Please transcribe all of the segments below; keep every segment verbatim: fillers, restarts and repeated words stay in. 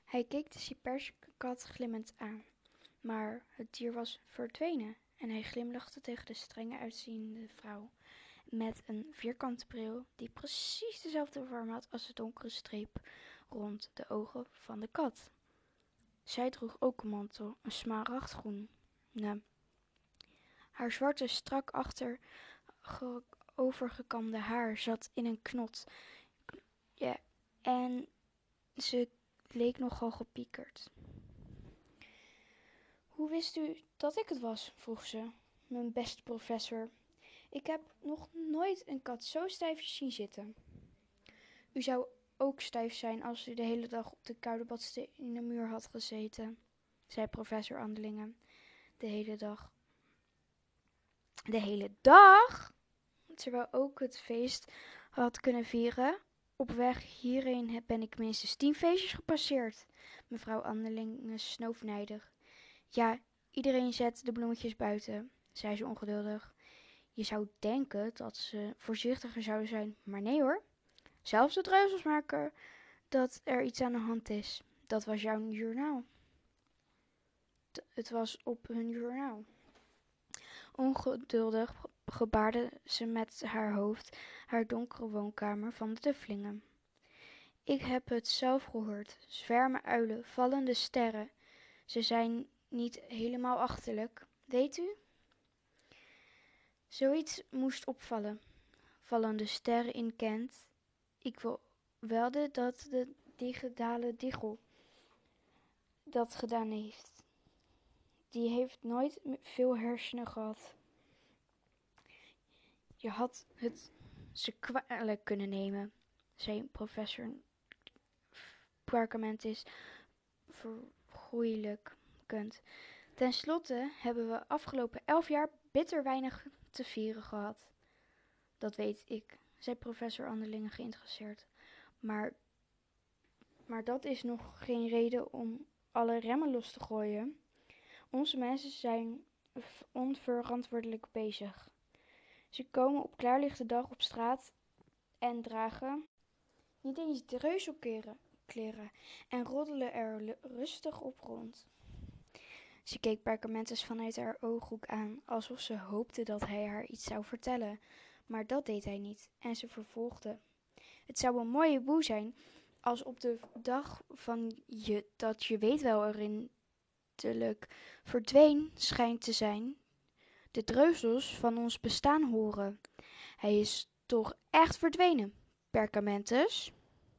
Hij keek de ciperskat glimmend aan, maar het dier was verdwenen en hij glimlachte tegen de strenge uitziende vrouw met een vierkante bril die precies dezelfde vorm had als de donkere streep rond de ogen van de kat. Zij droeg ook een mantel, een smaragdgroen. Nee. Haar zwarte, strak achter ge- overgekamde haar zat in een knot. Ja, en ze leek nogal gepiekerd. Hoe wist u dat ik het was? Vroeg ze, mijn beste professor. Ik heb nog nooit een kat zo stijf zien zitten. U zou ook stijf zijn als u de hele dag op de koude badsteen in de muur had gezeten, zei professor Andelingen. De hele dag. De hele dag? Terwijl ook het feest had kunnen vieren. Op weg hierheen ben ik minstens tien feestjes gepasseerd. Mevrouw Andelingen snoof nijdig. Ja, iedereen zet de bloemetjes buiten, zei ze ongeduldig. Je zou denken dat ze voorzichtiger zouden zijn, maar nee hoor. Zelfs de druizels maken dat er iets aan de hand is. Dat was jouw journaal. T- het was op hun journaal. Ongeduldig gebaarde ze met haar hoofd haar donkere woonkamer van de Duffelingen. Ik heb het zelf gehoord. Zwermen uilen, vallende sterren. Ze zijn niet helemaal achterlijk, weet u? Zoiets moest opvallen. Vallende sterren in Kent. Ik wil welden dat de digitale Diggel dat gedaan heeft. Die heeft nooit veel hersenen gehad. Je had het ze kwalijk kunnen nemen, zei professor Parkamentis vergoeilijkend. Ten slotte hebben we afgelopen elf jaar bitter weinig te vieren gehad. Dat weet ik, zei professor Andelingen geïnteresseerd. Maar, maar dat is nog geen reden om alle remmen los te gooien. Onze mensen zijn onverantwoordelijk bezig. Ze komen op klaarlichte dag op straat en dragen niet eens dreuzelkleren en roddelen er rustig op rond. Ze keek Perkamentus vanuit haar ooghoek aan, alsof ze hoopte dat hij haar iets zou vertellen, maar dat deed hij niet en ze vervolgde. Het zou een mooie boel zijn als op de dag van je dat je weet wel erindelijk verdween schijnt te zijn, de dreuzels van ons bestaan horen. Hij is toch echt verdwenen, Perkamentus?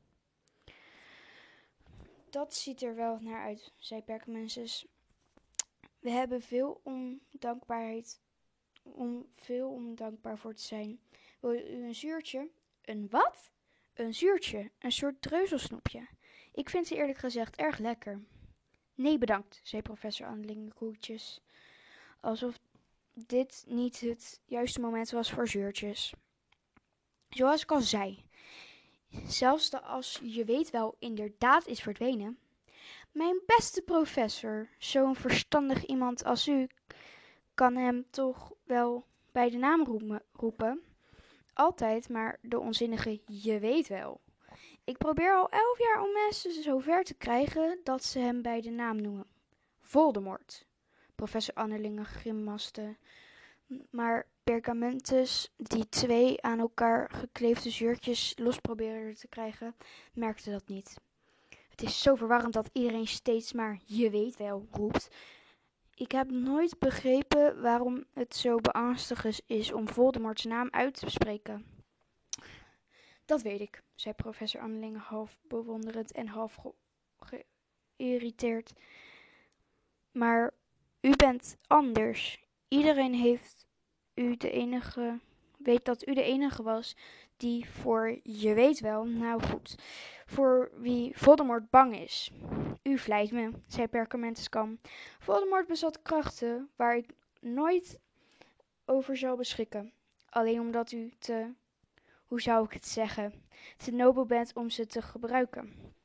Dat ziet er wel naar uit, zei Perkamentus. We hebben veel om dankbaarheid, om veel om dankbaar voor te zijn. Wil u een zuurtje? Een wat? Een zuurtje, een soort dreuzelsnoepje. Ik vind ze eerlijk gezegd erg lekker. Nee, bedankt, zei professor Andelingen koeltjes, alsof dit niet het juiste moment was voor zuurtjes. Zoals ik al zei, zelfs de als je weet wel inderdaad is verdwenen. Mijn beste professor, zo'n verstandig iemand als u, kan hem toch wel bij de naam roepen. Altijd maar de onzinnige je weet wel. Ik probeer al elf jaar om mensen zover te krijgen dat ze hem bij de naam noemen. Voldemort. Professor Andelingen grimaste. Maar Perkamentus, die twee aan elkaar gekleefde zuurtjes los probeerde te krijgen, merkte dat niet. Het is zo verwarrend dat iedereen steeds maar je weet wel roept. Ik heb nooit begrepen waarom het zo beangstigend is om Voldemorts naam uit te spreken. Dat weet ik, zei professor Andelingen half bewonderend en half ge- geïrriteerd. Maar u bent anders. Iedereen heeft u de enige, weet dat u de enige was die voor je weet wel, nou goed, voor wie Voldemort bang is. U vleit me, zei Perkamentus kalm. Voldemort bezat krachten waar ik nooit over zou beschikken. Alleen omdat u te, hoe zou ik het zeggen, te nobel bent om ze te gebruiken.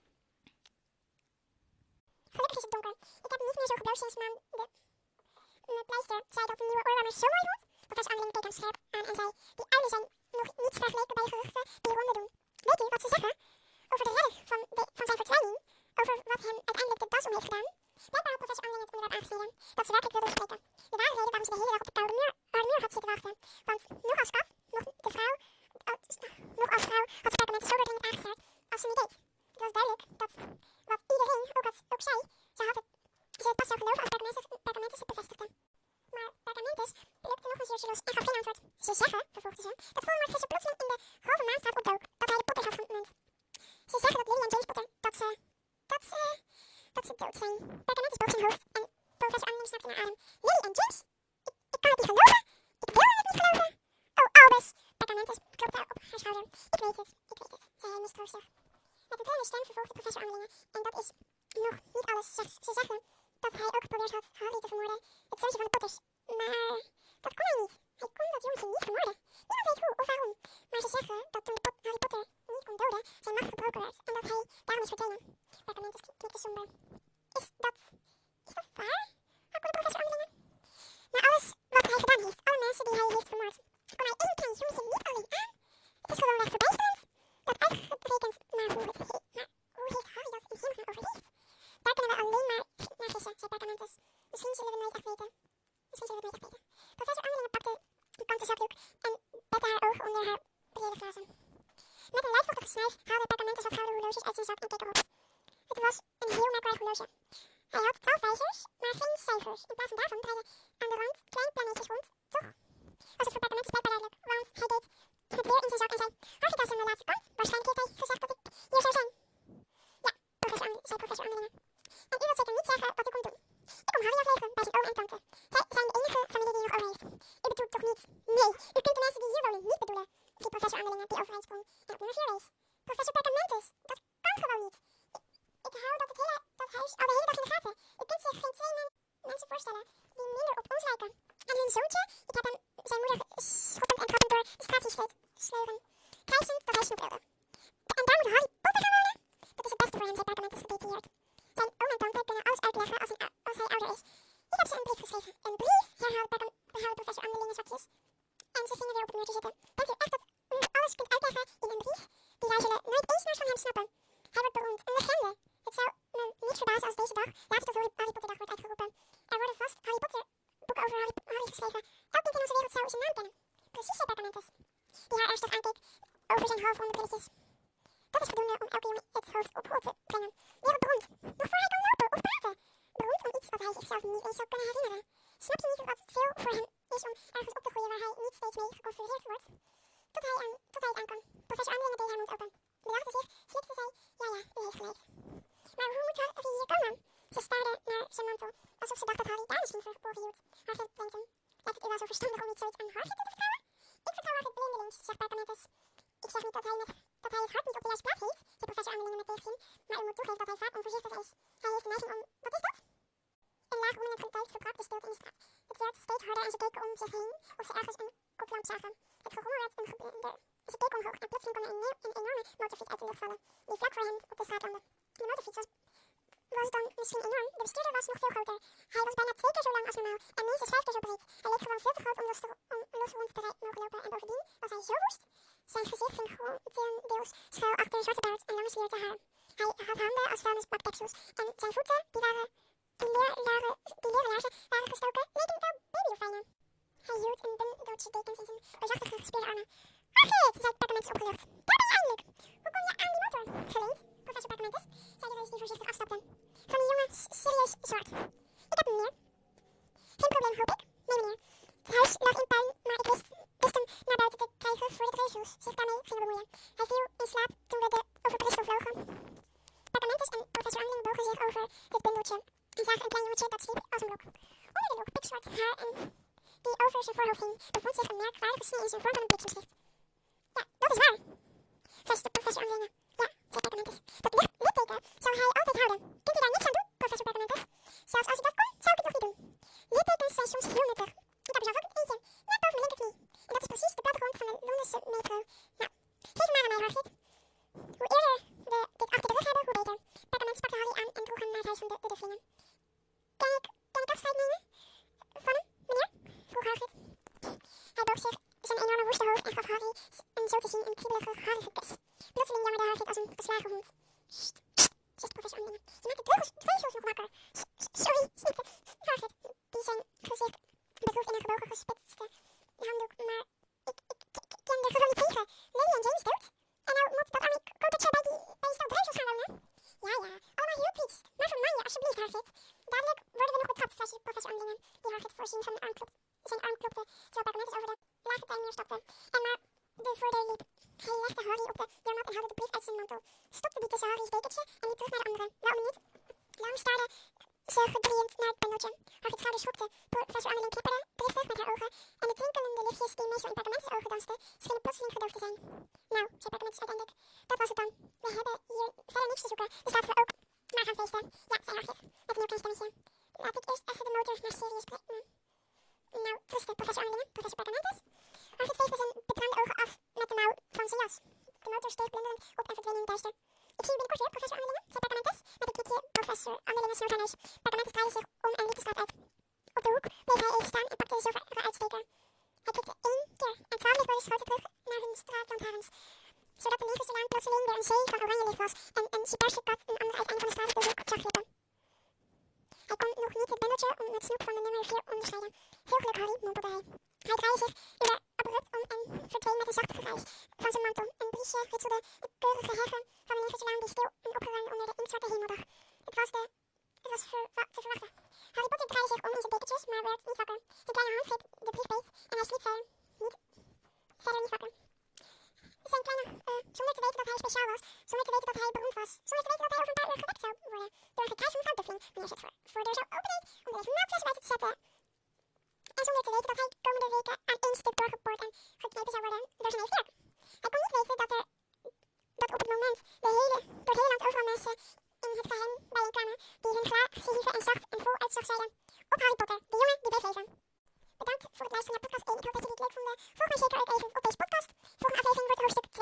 Gelukkig is het donker. Ik heb niet meer zo gebloosd sinds mijn de... Mijn pleister zei dat de nieuwe oorwormen zo mooi vond. Professor Andelingen keek hem scherp aan en zei, die uilen zijn nog niets vergeleken bij de geruchten die ronde doen. Weet u wat ze zeggen? Over de redder van, de, van zijn verdwijning? Over wat hem uiteindelijk heeft gedaan. Blijkbaar had professor Anneling het onderwerp aangesneden dat ze werkelijk wilde bespreken. De ware reden waarom ze de hele dag op de koude muur, koude muur had zitten wachten. Want nog als kaf, nog de vrouw, nog als vrouw had ze Perkamentus zo doordringend aangesteld als ze niet deed. Het was duidelijk dat wat iedereen ook, had, ook zei, ze had het, ze het pas zou geloven als Perkamentus, Perkamentus het bevestigde. Maar Perkamentus plukte nog een zuurtje los en gaf geen antwoord. Ze zeggen, vervolgde ze, dat Voldemort gisteren plotseling in de Grove Maanstraat opdook, dat hij de Potter had genoemd. Ze zeggen dat Lily en James Potter, dat ze, dat ze, dat ze dood zijn. Perkamentus boog zijn hoofd en professor Anneling snakte naar adem. Lily en James? Ik, ik kan het niet geloven. Ik wil het niet geloven. Oh, Albus. Perkamentus klopte haar op haar schouder. Ik weet het, ik weet het, zei hij mistroostig. Met een trillende stem vervolgde professor Anneling. En dat is nog niet alles. Ze, ze zeggen dat hij ook geprobeerd had Harry te vermoorden. Het zoontje van de Potters. Maar dat kon hij niet. Hij kon dat jongetje niet vermoorden. Niemand weet hoe of waarom. Maar ze zeggen dat toen de pot Harry Potter niet kon doden, zijn macht gebroken werd. En dat hij daarom is verdwenen. Perkamentus knikte somber. Is dat... is dat waar? Hakelde professor Anneling. Na alles wat hij gedaan heeft, alle mensen die hij heeft vermoord, kon hij één klein jongetje niet alleen aan. Het is gewoon weg verbijsterend. Dat uitgerekend, maar hoe, het he maar hoe heeft Harry dat in hemelsnaam overleefd? Daar kunnen we alleen maar naar gissen, zei Perkamentus. Misschien zullen we nooit echt weten. Misschien zullen we het nooit echt weten. Professor Anneling pakte een kanten zakdoek en bette haar ogen onder haar brede glazen. Met een luidvochtige snijf haalde Perkamentus wat gouden horloges uit zijn zak en keek erop. Het was een heel merkwaardig horloge. Hij had twaalf wijzers, maar geen cijfers. In plaats van daarvan draaiden aan de rand kleine planeetjes rond, toch? Was het voor Perkamentus blijkbaar duidelijk, want hij deed het weer in zijn zak en zei: Harry, dat is mijn laatste kant. Waarschijnlijk heeft hij gezegd dat ik hier zou zijn. Ja, professor Anne zei professor Anneling. En u wilt zeker niet zeggen wat u komt doen. Ik kom Harry afleveren bij zijn oom en tante. Zij zijn de enige familie die nog over heeft. U bedoelt toch niet? Nee, u kunt de mensen die hier wonen niet bedoelen, riep professor Anneling die overeind sprong en op nummer vier wees. Professor Perkamentus, dat kan gewoon niet. Ik, ik hou dat, het hele, dat huis al de hele dag in de gaten. U kunt zich geen twee men, mensen voorstellen die minder op ons lijken. En hun zoontje, ik heb hem zijn moeder schoppend en trappend door de straat zien sleuren, krijsend dat hij snoep wilde. En daar moet Harry Potter gaan wonen? Dat is het beste voor hem, zei Perkamentus gedetailleerd. Zijn oom en tante kunnen alles uitleggen als, een, als hij ouder is. Ik heb ze een brief geschreven. Een brief? Herhaalde, herhaalde professor Anneling zakjes. En ze gingen weer op het muurtje zitten. Denkt u echt dat u alles kunt uitleggen in een brief? Die wij zullen nooit eens meer van hem snappen. Hij wordt beroemd, een legende. Het zou me niet verbazen als deze dag later tot Harry, Harry Potter dag wordt uitgeroepen. Er worden vast Harry Potter boeken over Harry, Harry geschreven. Elk kind in onze wereld zou zijn naam kennen. Precies, zei Perkamentus, die haar ernstig aankeek over zijn halfronde brilletjes. Dat is voldoende om elke jongen het hoofd op hol te brengen. Wereldberoemd. Nog voor hij kan lopen of praten. Beroemd om iets dat hij zichzelf niet eens zou kunnen herinneren. Snap je niet wat veel voor hem is om ergens op te groeien waar hij niet steeds mee geconfronteerd wordt? Tot hij, aan, tot hij het aankan. Professor Anneling deed haar mond open. Bedachte zich, slikte zij, ja ja, u heeft gelijk. Maar hoe moet Harry hier komen? Ze staarde naar zijn mantel, alsof ze dacht dat Harry daar misschien verborgen hield. Harry wenkte. Lijkt het u wel zo verstandig om niet zoiets aan Harry toe te vertrouwen? Ik vertrouw Harry blindelings, zegt Perkamentus. Ik zeg niet dat hij, met, dat hij het hart niet op de juiste plaats heeft, zei professor Anneling met tegenzin, maar u moet toegeven dat hij vaak onvoorzichtig is. Hij heeft de neiging om... Wat is dat? Een laag om in het geluid verbrak de stilte in de straat. Het werd steeds harder en ze keken om zich heen of ze ergens een koplamp zagen. Het gerommel werd een geblender. Ze keken omhoog en plotseling kwam er een, een enorme motorfiets uit de lucht vallen, die vlak voor hen op de straat landde. De motorfiets was, was dan misschien enorm. De bestuurder was nog veel groter. Hij was bijna twee keer zo lang als normaal en minstens vijf keer zo breed. Hij leek gewoon veel te groot om los, te, om los rond te mogen lopen en bovendien was hij zo woest. Zijn gezicht ging grotendeels schuil achter een zwarte baard en lange slierte haar. Hij had handen als vuilnisbakdeksels en zijn voeten, die waren, die leren, die leren laarzen, waren gestoken, leken wel babyofijnen. Hij hield een bundeltje dekens in zijn reusachtige gespierde armen. Harriet, zei Perkamentus opgelucht. Daar ben je eindelijk! Hoe kom je aan die motor? Geleend, professor Perkamentus, zei de reus die voorzichtig afstapte. Van die jongen serieus zwart. Ik heb hem, meneer. Geen probleem, hoop ik. Nee, meneer. Het huis lag in puin, maar ik wist, wist hem naar buiten te krijgen voordat de reusjoes zich daarmee gingen bemoeien. Hij viel in slaap toen we de over Bristol vlogen. Perkamentus en professor Anneling bogen zich over het bundeltje en zagen een klein jongetje dat sliep als een blok. Onder de lok pikzwart haar en die over zijn voorhoofd hing, bevond zich een merkwaardige snee in zijn vorm van een bliksemschicht. Ja, dat is waar, vestigde professor Anneling. Ja, zei Perkamentus. Dat licht, litteken zou hij altijd houden. Kunt u daar niks aan doen, professor Perkamentus? Zelfs als ik dat kon, zou ik het nog niet doen. Littekens zijn soms heel nuttig. Ik heb er zelf ook eentje, net boven mijn linkerknie. En dat is precies de plattegrond van de Londense metro. Nou, geef hem maar aan mij, Harriet. Hoe eerder we dit achter de rug hebben, hoe beter. Perkamentus pakte Harry aan en droeg hem naar het huis van de, de Duffelingen. Kan ik, kan ik afscheid nemen? Van hem, meneer? Vroeg Harriet. Hij boog zich zijn enorme woeste hoofd en gaf Harry een zo te zien een kriebelige, harige kus. Plotseling jammerde Harriet als een geslagen hond. Sst, zegt professor Anneling. Je maakt de teugels nog wakker. Ja, ja, allemaal heel triest. Maar verman je alsjeblieft, Hargit. Dadelijk worden we nog betrapt, flasje professor Andelingen, die Hargit voorzien van een armklop, zijn arm klopte, terwijl Perkamentus over de lage trein neerstapte. En maar de voordeur liep. Hij legde Harry op de deurmat en haalde de brief uit zijn mantel. Stopte die tussen Harry's dekentje en liep terug naar de andere. Wel een minuut. Lang staarde ze gedurend naar het pendeltje. Hargit's schouders schokte. Professor Andeling knipperde, driftig met haar ogen. En de twinkelende lichtjes die meestal in Perkamentus ogen dansten, schenen plotseling gedoofd te zijn. Nou, zei Perkamentus uiteindelijk. Dat was het dan. We hebben hier verder niets te zoeken, dus laten we ook maar gaan feesten. Ja, zei Hargit, met een heel klein stemmetje. Laat ik eerst even de motor naar Sirius brengen. Nou, truste, professor Andelingen, professor Perkamentus. Hargit veegde zijn betraande ogen af met de mouw van zijn jas. De motor steeg blinderend op en verdween in het duister. Ik zie u binnenkort weer, professor Andelingen, zei Perkamentus, met een knikje professor Andelingen snoot haar neus. Perkamentus draaide zich om en liep de straat uit. Op de hoek bleef hij even staan en pakte de zilveren uitsteker. Hij knikte één keer en twaalf lichtborden schoten terug naar hun straatlantaarns, zodat de Negerselaan plotseling weer een zee van oranje licht was en een ciperskat een ander uiteinde van de straat op de hoek zag glippen. Hij kon nog niet het bendeltje om het snoep van de nummer vier onderscheiden. Veel geluk, Harry, mompelde hij. Hij draaide zich weer abrupt om en verdween met een zacht geruis van zijn mantel. Een briesje ritselde de keurige heggen van de Negerselaan die stil en opgeruimd onder de inktzwarte hemeldag. Het was de... Het was verwa te verwachten. Harry Potter draaide zich om in zijn dekentjes, maar werd niet wakker. Zijn kleine hand greep de brief beet en hij sliep verder niet, verder niet wakker. Zijn kleine, uh, zonder te weten dat hij speciaal was, zonder te weten dat hij beroemd was, zonder te weten dat hij over een paar uur gewekt zou worden door een gekrijs van mevrouw Duffling, wanneer ze het voor de deur zou opendeed om er even melkfles bij te zetten. En zonder te weten dat hij de komende weken aan één stuk doorgeboord en geknepen zou worden door zijn neef Dirk. Hij kon niet weten dat er, dat op het moment de hele, door het hele land overal mensen in het geheim bijeenkwamen die hun glazen hieven en zacht en vol uitzag zeiden: op Harry Potter, de jongen die bleef leven. Bedankt voor het luisteren naar podcast één. Ik hoop dat jullie het leuk vonden. Volg mij zeker ook even op deze podcast. Volgende aflevering wordt hoofdstuk